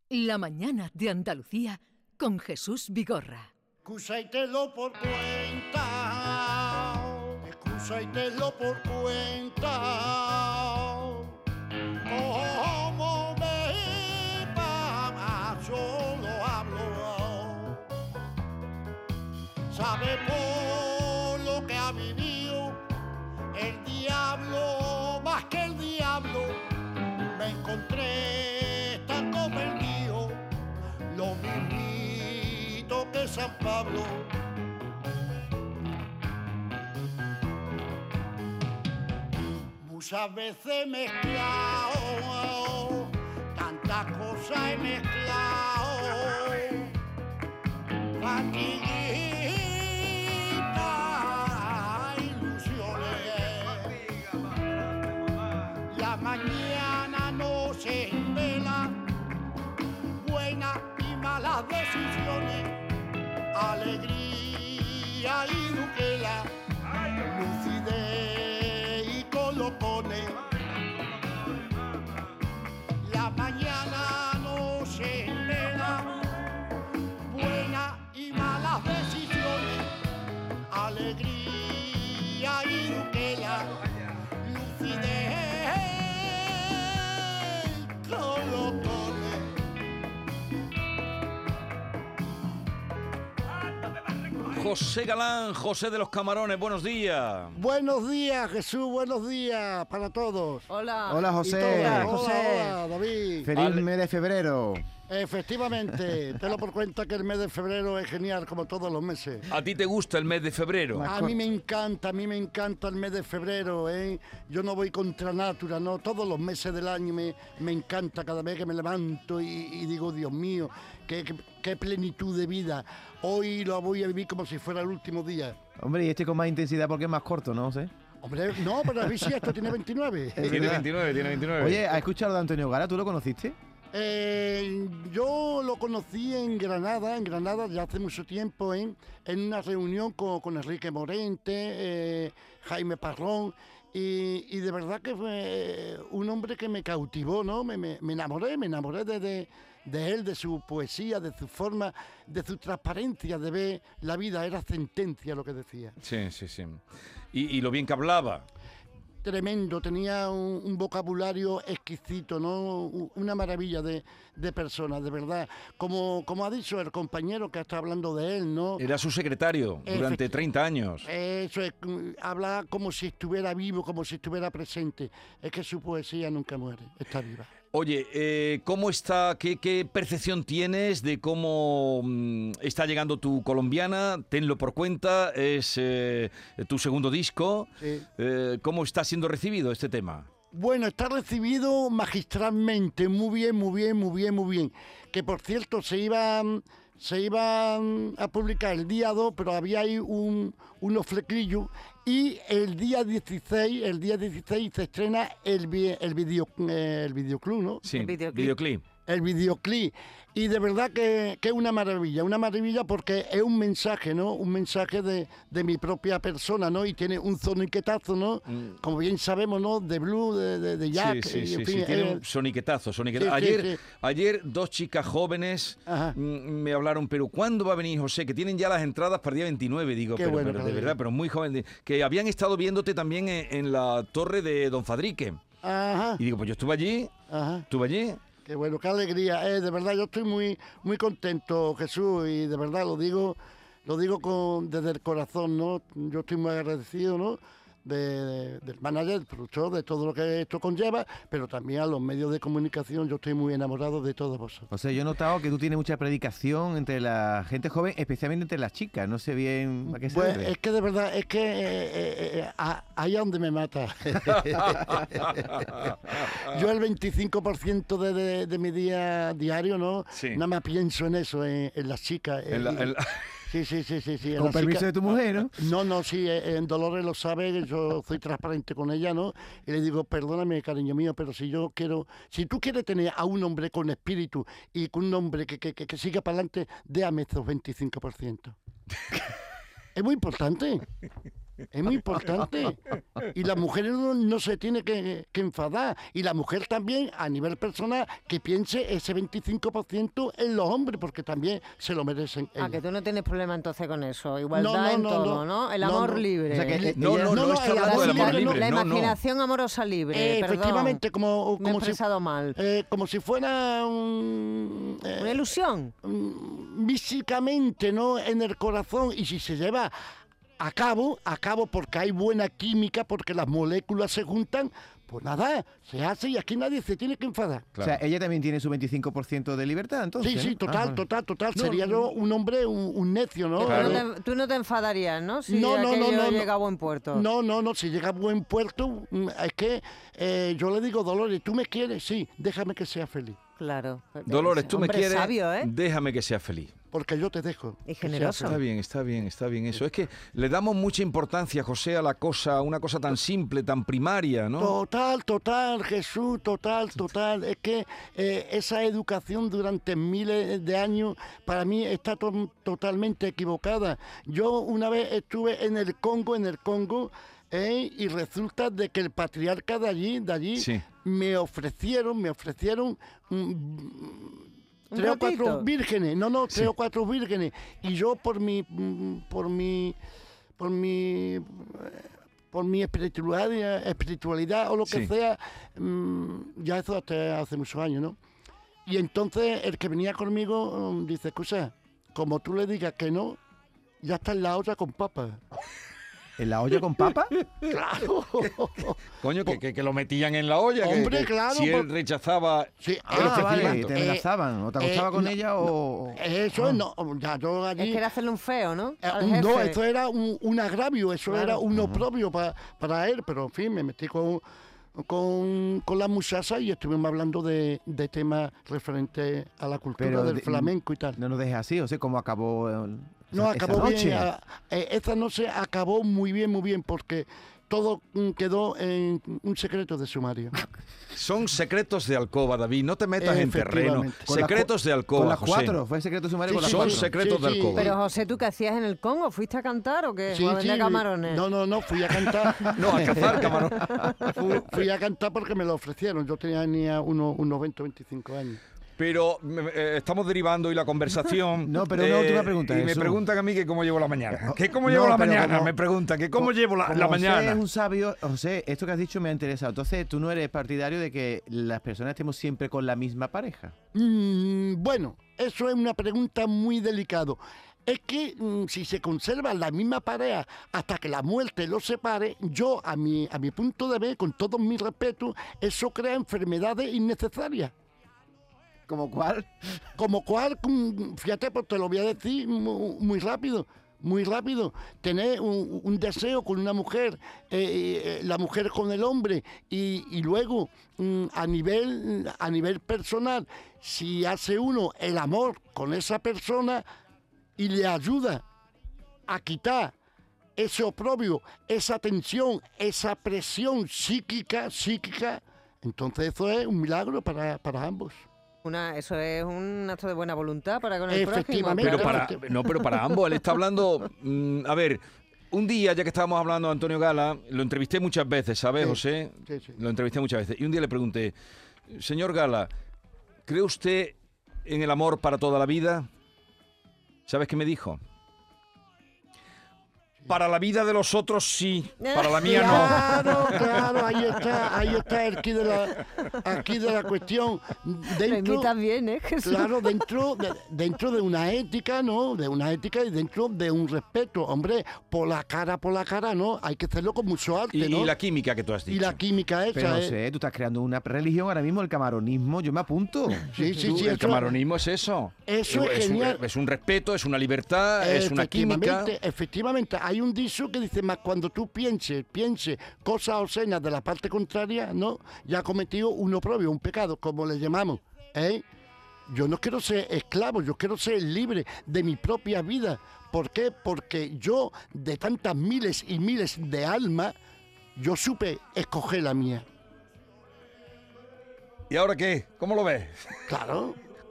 La mañana de Andalucía con Jesús Vigorra. Excusa y tenlo por cuenta, excusa y tenlo por cuenta. Como me paso lo hablo, sabe por lo que ha vivido el diablo, más que el diablo. Me encontré tanto perdido, lo mismito que San Pablo. Muchas veces he mezclado, tantas cosas he mezclado, fatiguitas, ilusiones. La mañana no se vela, buenas y malas decisiones, alegría y duquela, lucidez y colocones. La mañana no se vela, buenas y malas decisiones, alegría y duquela, lucidez y colocones. José Galán, José de los Camarones, buenos días. Buenos días, Jesús, buenos días para todos. Hola. Hola, Y José. todas. José. Hola, David. Feliz mes de febrero. Efectivamente, tenlo por cuenta que el mes de febrero es genial, como todos los meses. ¿A ti te gusta el mes de febrero? A mí me encanta el mes de febrero, ¿eh? Yo no voy contra natura, no, todos los meses del año me encanta cada vez que me levanto y digo, Dios mío, qué plenitud de vida. Hoy lo voy a vivir como si fuera el último día. Hombre, y este con más intensidad porque es más corto, ¿no? ¿Sé? Hombre, no, pero a ver si esto tiene 29. Tiene 29. Oye, ¿has escuchado de Antonio Gala? ¿Tú lo conociste? Yo lo conocí en Granada ya hace mucho tiempo, en una reunión con Enrique Morente, Jaime Parrón, y de verdad que fue un hombre que me cautivó, ¿no? Me enamoré de él, de su poesía, de su forma, de su transparencia de ver la vida, era sentencia lo que decía. Sí. Y lo bien que hablaba. Tremendo, tenía un vocabulario exquisito, ¿no? Una maravilla de personas, de verdad. Como ha dicho el compañero que está hablando de él, ¿no? Era su secretario durante 30 años. Eso es, habla como si estuviera vivo, como si estuviera presente. Es que su poesía nunca muere, está viva. Oye, ¿cómo está? ¿Qué percepción tienes de cómo está llegando tu colombiana? Tenlo por cuenta, es tu segundo disco. Sí. ¿Cómo está siendo recibido este tema? Bueno, está recibido magistralmente, muy bien. Que por cierto se iba a publicar el día 2, pero había ahí unos flequillos, y el día 16 se estrena el videoclub, ¿no? Sí, El videoclip. videoclip. El videoclip, y de verdad que es una maravilla porque es un mensaje, ¿no? Un mensaje de mi propia persona, ¿no? Y tiene un soniquetazo, ¿no? Como bien sabemos, ¿no? De blues, de jazz. Sí, y, en fin, tiene un soniquetazo. Sí, Ayer dos chicas jóvenes Ajá. me hablaron, pero ¿cuándo va a venir José? Que tienen ya las entradas para el día 29, digo, Qué pero, bueno, pero de Javier. verdad, pero muy joven, que habían estado viéndote también en la torre de Don Fadrique. Ajá, Y digo, pues yo estuve allí. Qué bueno, qué alegría. De verdad, yo estoy muy contento, Jesús, y de verdad lo digo desde el corazón, ¿no? Yo estoy muy agradecido, ¿no? Del manager, del productor, de todo lo que esto conlleva, pero también a los medios de comunicación. Yo estoy muy enamorado de todos vosotros. O sea, yo he notado que tú tienes mucha predicación entre la gente joven, especialmente entre las chicas. No sé bien a qué se Pues debe. es que de verdad, ahí es donde me mata. Yo el 25% de mi día diario, ¿no? Sí. Nada más pienso en eso, en las chicas. Sí. en Con las permiso chicas. de tu mujer, ¿no? No, sí, en Dolores lo sabe, yo soy transparente con ella, ¿no? Y le digo, perdóname, cariño mío, pero si tú quieres tener a un hombre con espíritu y con un hombre que siga para adelante, déame esos 25%. Es muy importante. Es muy importante. Y la mujer no se tiene que enfadar. Y la mujer también, a nivel personal, que piense ese 25% en los hombres, porque también se lo merecen ellos. Que tú no tienes problema entonces con eso. Igualdad en todo, ¿no? El amor libre. O sea que No está el hablando del amor libre, libre. La No, no. imaginación amorosa libre. Efectivamente, Perdón, me he como si expresado mal. como si fuera Una ilusión. físicamente, ¿no? En el corazón, y si se lleva a cabo porque hay buena química, porque las moléculas se juntan, pues nada, se hace y aquí nadie se tiene que enfadar. Claro. O sea, ella también tiene su 25% de libertad, entonces. Sí, ¿no? total. No, Sería yo un hombre, un necio, ¿no? Claro. Tú no te enfadarías, ¿no? Si No, aquello llega a buen puerto. No, si llega a buen puerto, es que yo le digo, Dolores, ¿tú me quieres? Sí, déjame que sea feliz, Claro. Dolores, tú me Hombre quieres, sabio, ¿eh? déjame que sea feliz. porque yo te dejo. Y que sea generoso. feliz. Está bien eso. Es que le damos mucha importancia, José, a una cosa tan simple, tan primaria, ¿no? Total, Jesús, total. Es que esa educación durante miles de años para mí está totalmente equivocada. Yo una vez estuve en el Congo, y resulta de que el patriarca de allí Sí. me ofrecieron ¿Un 3 o 4 ratito? vírgenes, Sí. 3 o 4 vírgenes, y yo por mi espiritualidad o lo que Sí. sea, ya eso hasta hace muchos años, ¿no? Y entonces el que venía conmigo dice, escucha, como tú le digas que no, ya está en la olla con papas. ¿En la olla con papa? ¡Claro! Coño, que lo metían en la olla. Hombre, que claro, Si él por- rechazaba Sí, el ofrecimiento. Vale, te enlazaban. ¿O te acostaba con no, ella o...? Eso no, ya yo allí... Es que era hacerle un feo, ¿no? Al No, jefe. eso era un agravio, eso Claro. era un oprobio para él, pero en fin, me metí con la muchacha y estuvimos hablando de temas referentes a la cultura Pero del flamenco y tal. No nos dejes así, o sea, ¿cómo acabó No, esa acabó noche? bien. Esta noche acabó muy bien, porque todo quedó en un secreto de sumario. Son secretos de alcoba, David. No te metas en terreno. Efectivamente. Con las Secretos de Con alcoba, las José. 4, fue secreto sumario con las Son 4. secretos de alcoba. Pero José, ¿tú qué hacías en el Congo? ¿Fuiste a cantar o qué? ¿O a vender camarones? No, fui a cantar. No, a cazar camarón. Fui a cantar porque me lo ofrecieron. Yo tenía unos 20 o 25 años. Pero estamos derivando hoy la conversación. No, pero una última pregunta, Y me Jesús. preguntan a mí que cómo llevo la mañana. ¿Qué cómo No, llevo la pero mañana? como- Me preguntan que cómo llevo la Como José mañana. es un sabio, José, esto que has dicho me ha interesado. Entonces, ¿tú no eres partidario de que las personas estemos siempre con la misma pareja? Bueno, eso es una pregunta muy delicada. Es que si se conserva la misma pareja hasta que la muerte los separe, yo, a mi punto de ver, con todo mi respeto, eso crea enfermedades innecesarias. ¿Como cuál? Como cual, fíjate, pues te lo voy a decir muy rápido. Tener un deseo con una mujer, la mujer con el hombre, y luego a nivel personal, si hace uno el amor con esa persona y le ayuda a quitar ese oprobio, esa tensión, esa presión psíquica, entonces eso es un milagro para ambos. Eso es un acto de buena voluntad para con el prójimo. Efectivamente. Pero claro. para ambos, él está hablando. A ver, un día, ya que estábamos hablando de Antonio Gala, lo entrevisté muchas veces, ¿sabes, Sí, José? sí. Lo entrevisté muchas veces. Y un día le pregunté, señor Gala, ¿cree usted en el amor para toda la vida? ¿Sabes qué me dijo? Para la vida de los otros sí, para la mía no. Claro, ahí está el aquí de la cuestión. Lo imitas bien, ¿eh, Jesús? Claro, dentro de una ética, ¿no? De una ética y dentro de un respeto. Hombre, por la cara, ¿no? Hay que hacerlo con mucho arte, ¿no? Y la química que tú has dicho. Y la química esa, Pero no sé, tú estás creando una religión ahora mismo, el camaronismo, yo me apunto. Sí, Tú, el eso- camaronismo es eso. Eso es genial. Es un respeto, es una libertad, es una química. Efectivamente, hay un dicho que dice, más cuando tú pienses cosas obscenas de la parte contraria, ¿no? Ya ha cometido un oprobio, un pecado, como le llamamos, ¿eh? Yo no quiero ser esclavo, yo quiero ser libre de mi propia vida. ¿Por qué? Porque yo, de tantas miles y miles de almas, yo supe escoger la mía. ¿Y ahora qué? ¿Cómo lo ves? Claro.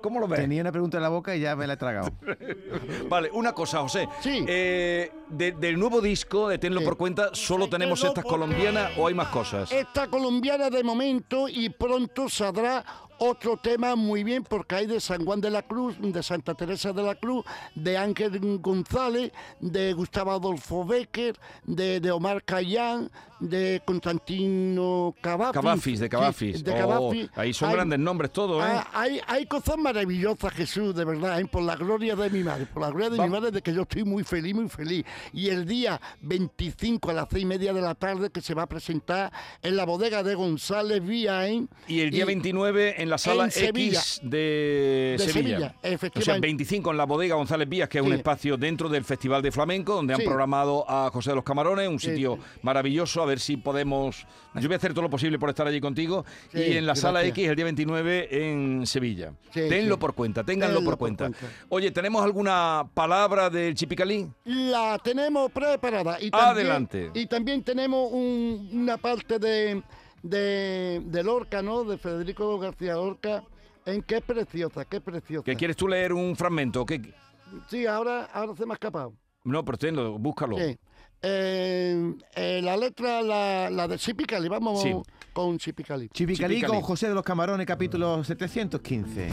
¿Cómo lo ves? Tenía una pregunta en la boca y ya me la he tragado. Vale, una cosa, José. Sí. Del nuevo disco de Tenlo Sí. por Cuenta, ¿solo tenemos Tenlo estas por colombianas o hay más cosas? Esta colombiana de momento y pronto saldrá otro tema muy bien porque hay de San Juan de la Cruz, de Santa Teresa de la Cruz, de Ángel González, de Gustavo Adolfo Bécquer, de Omar Khayyam, de Constantino Cavafis. De Cavafis. Sí, de Oh, Cavafis. ahí son Hay- grandes nombres todos, ¿eh? Hay cosas maravillosas, Jesús, de verdad, por la gloria de mi madre, por la gloria de mi madre, de que yo estoy muy feliz, muy feliz. Y el día 25 a las 6:30 de la tarde que se va a presentar en la bodega de González Villaen. Y el día 29 en la sala en Sevilla. X de Sevilla. Efectivamente. O sea, 25 en la bodega González Vías, que es un Sí. espacio dentro del Festival de Flamenco, donde han Sí. programado a José de los Camarones, un Sí, sitio sí. maravilloso, a ver si podemos... Yo voy a hacer todo lo posible por estar allí contigo. Sí, y en la sala gracias. X el día 29 en Sevilla. Sí, Tenlo sí. por cuenta, ténganlo Tenlo por por cuenta. cuenta. Oye, ¿tenemos alguna palabra del Chipicalí? La tenemos preparada. Y Adelante. Y también tenemos una parte de Lorca, ¿no? De Federico García Lorca, en que es preciosa, que es preciosa. ¿Qué quieres tú leer un fragmento? ¿Qué? Sí, ahora se me ha escapado. No, pero tenlo, búscalo. Sí. La letra, la de Chipicali, vamos Sí. con Chipicali. Chipicalí Chipicalí. con José de los Camarones, capítulo 715.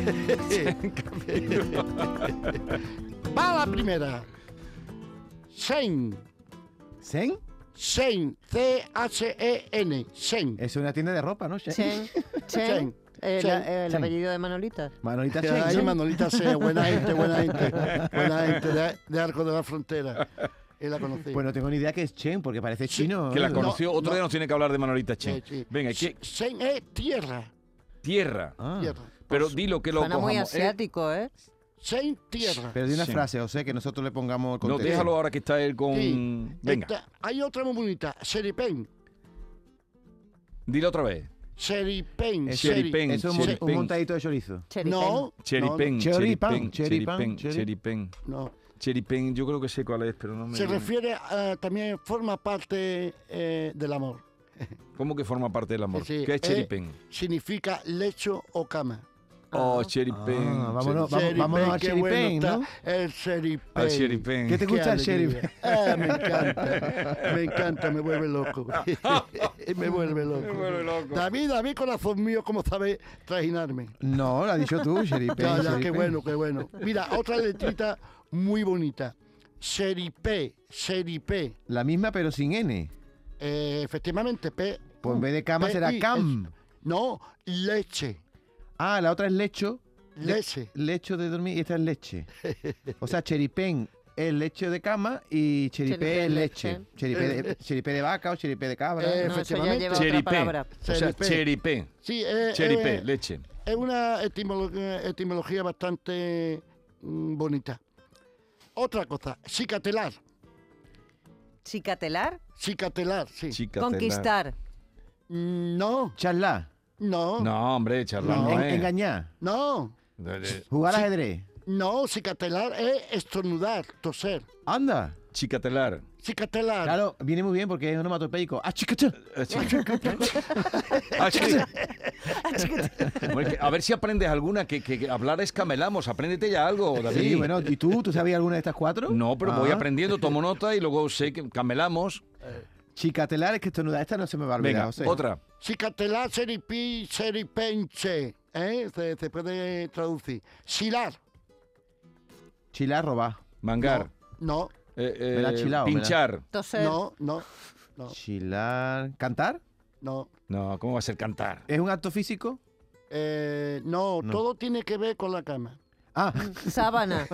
Va la primera. Sein. ¿Sen? Sein. C-H-E-N. Sein. Es una tienda de ropa, ¿no? Chen, Chen. Chen, el Chen. apellido de Manolita. Manolita Que Chen, ahí ¿no? Manolita C, buena gente, de Arco de la Frontera. Y la conocí. Pues no tengo ni idea que es Chen, porque parece chino. Que la ¿no? conoció. Otro no. día nos tiene que hablar de Manolita Chen. Sí, sí. Venga, ¿qué? Sein es tierra. Tierra. Ah. Tierra. Pero dilo que lo Suena muy cojamos. asiático, ¿eh? Sein, tierra. Pero de una Sí. frase, José, que nosotros le pongamos el No, contexto. déjalo ahora que está él con... Sí. Venga, Hay otra muy bonita. Seripen. dilo otra vez. Seripen. Es Cheripen, Eso es cheripen. un montadito de chorizo. Cheripen. No. Cheripen, Choripán, cheripen, choripán, cheripen. No. Cheripen, yo creo que sé cuál es, pero no me... Se refiere también, forma parte del amor. ¿Cómo que forma parte del amor? Sí, ¿Qué es cheripen? Significa lecho o cama. Oh, cheripen. Ah, vámonos. Cheripen, vámonos al qué cheripen, bueno ¿no? está el cheripen. Al cheripen. ¿Qué te Qué gusta el alegría. cheripen? Me encanta, me vuelve loco. me vuelve loco. David, corazón mío, ¿cómo sabes trajinarme? No, lo has dicho tú, cheripen. Ya, qué cheripen. bueno, qué bueno. Mira, otra letrita muy bonita. Seripé. La misma, pero sin N. Efectivamente, P. Pues en vez de cama será P-I, cam. No, leche. Ah, la otra es lecho. Leche. Lecho de dormir y esta es leche. O sea, cheripen es lecho de cama y cheripé Cheripé es es leche. leche. Cheripé de vaca o cheripé de cabra. Eh, No, eso ya efectivamente. lleva otra Cheripé. palabra. O sea, Cheripé. cheripen. Sí, Cheripe, leche. es una etimología bastante bonita. Otra cosa, cicatelar. Chicatelar, Cicatelar, sí. Chica conquistar. No, Charlar. no, No, hombre, charlar No. no es. Engañar. no, Jugar ajedrez. no, cicatelar es estornudar, toser. Anda. Chicatelar. Cicatelar. Claro, viene muy bien porque es onomatopeico. ¡Ah, chiquita! Ah, chica. Bueno, a ver si aprendes alguna, que hablar es camelamos. Apréndete ya algo, David. Sí, bueno, ¿y tú sabías alguna de estas cuatro? No, pero voy Ah. aprendiendo, tomo nota y luego sé que camelamos. Chicatelar es que estornudar. Esta no se me va a olvidar, Venga, José. otra. Cicatelar, seripí, seripenche. Se puede traducir. Silar. Chilar, robar. Mangar. No, Eh, Me la ha chilado, pinchar. Toser. no, no, Chilar. ¿Cantar? no. No, ¿cómo va a ser cantar? ¿Es un acto físico? No, No. todo tiene que ver con la cama. Ah, Sábana.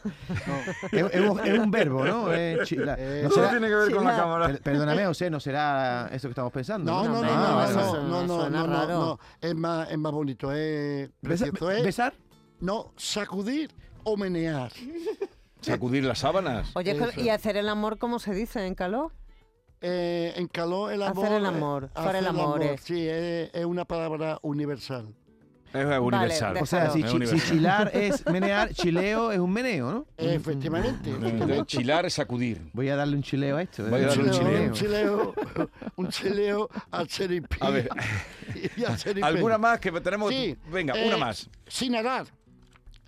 es un verbo, ¿no? Chilar. ¿No Todo será- tiene que ver con la Chilar. cámara. Perdóname, José, ¿no será eso que estamos pensando? No, no, no, hombre, no, Ah, no, vale, no, vale. no, no, Suena no, no, raro. no. Es más bonito. Precioso, ¿Besar? No, sacudir o menear. Sacudir las sábanas. Oye, Eso. ¿y hacer el amor cómo se dice en calor? En calor, el amor. Hacer el amor, fare l'amore. Sí, es una palabra universal. Es universal. Vale, O sea, si, Es si universal. chilar es menear, chileo es un meneo, ¿no? Efectivamente. efectivamente. Chilar es sacudir. Voy a darle un chileo a esto. Voy a darle un chileo. Un chileo al cheripí. A ver, y al cheripé. ¿alguna más que tenemos? Sí. Venga, una más. Sin arar.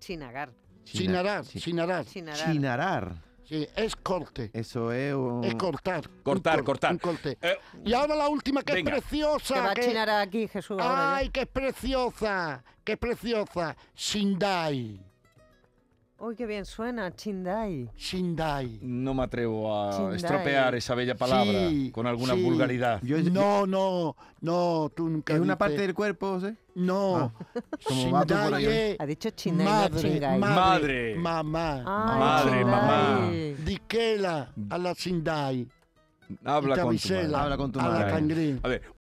Chinagar. Chinarar. Chinarar. Chinarar. Sí, es corte. Eso es un... Es cortar. Cortar. Un corte. Y ahora la última, que venga. es preciosa. Que va a que- chinarar aquí, Jesús. ahora ¡Ay, qué es preciosa! ¡Qué preciosa! Sindai. ya. Uy, qué bien suena, Chindai. Sindai. No me atrevo a Chindai. estropear esa bella palabra Sí, con alguna sí. vulgaridad. No, tú nunca ¿Es una dices- parte del cuerpo, sí? No. Como va tú por ahí. Sindai es Ha dicho Chindai, no madre, Chingai. Madre. mamá. Ay, Madre, Chindai. mamá. Diquela a la Sindai. Habla con tu Tabisela, madre. Habla con tu a la madre. cangrí. A ver,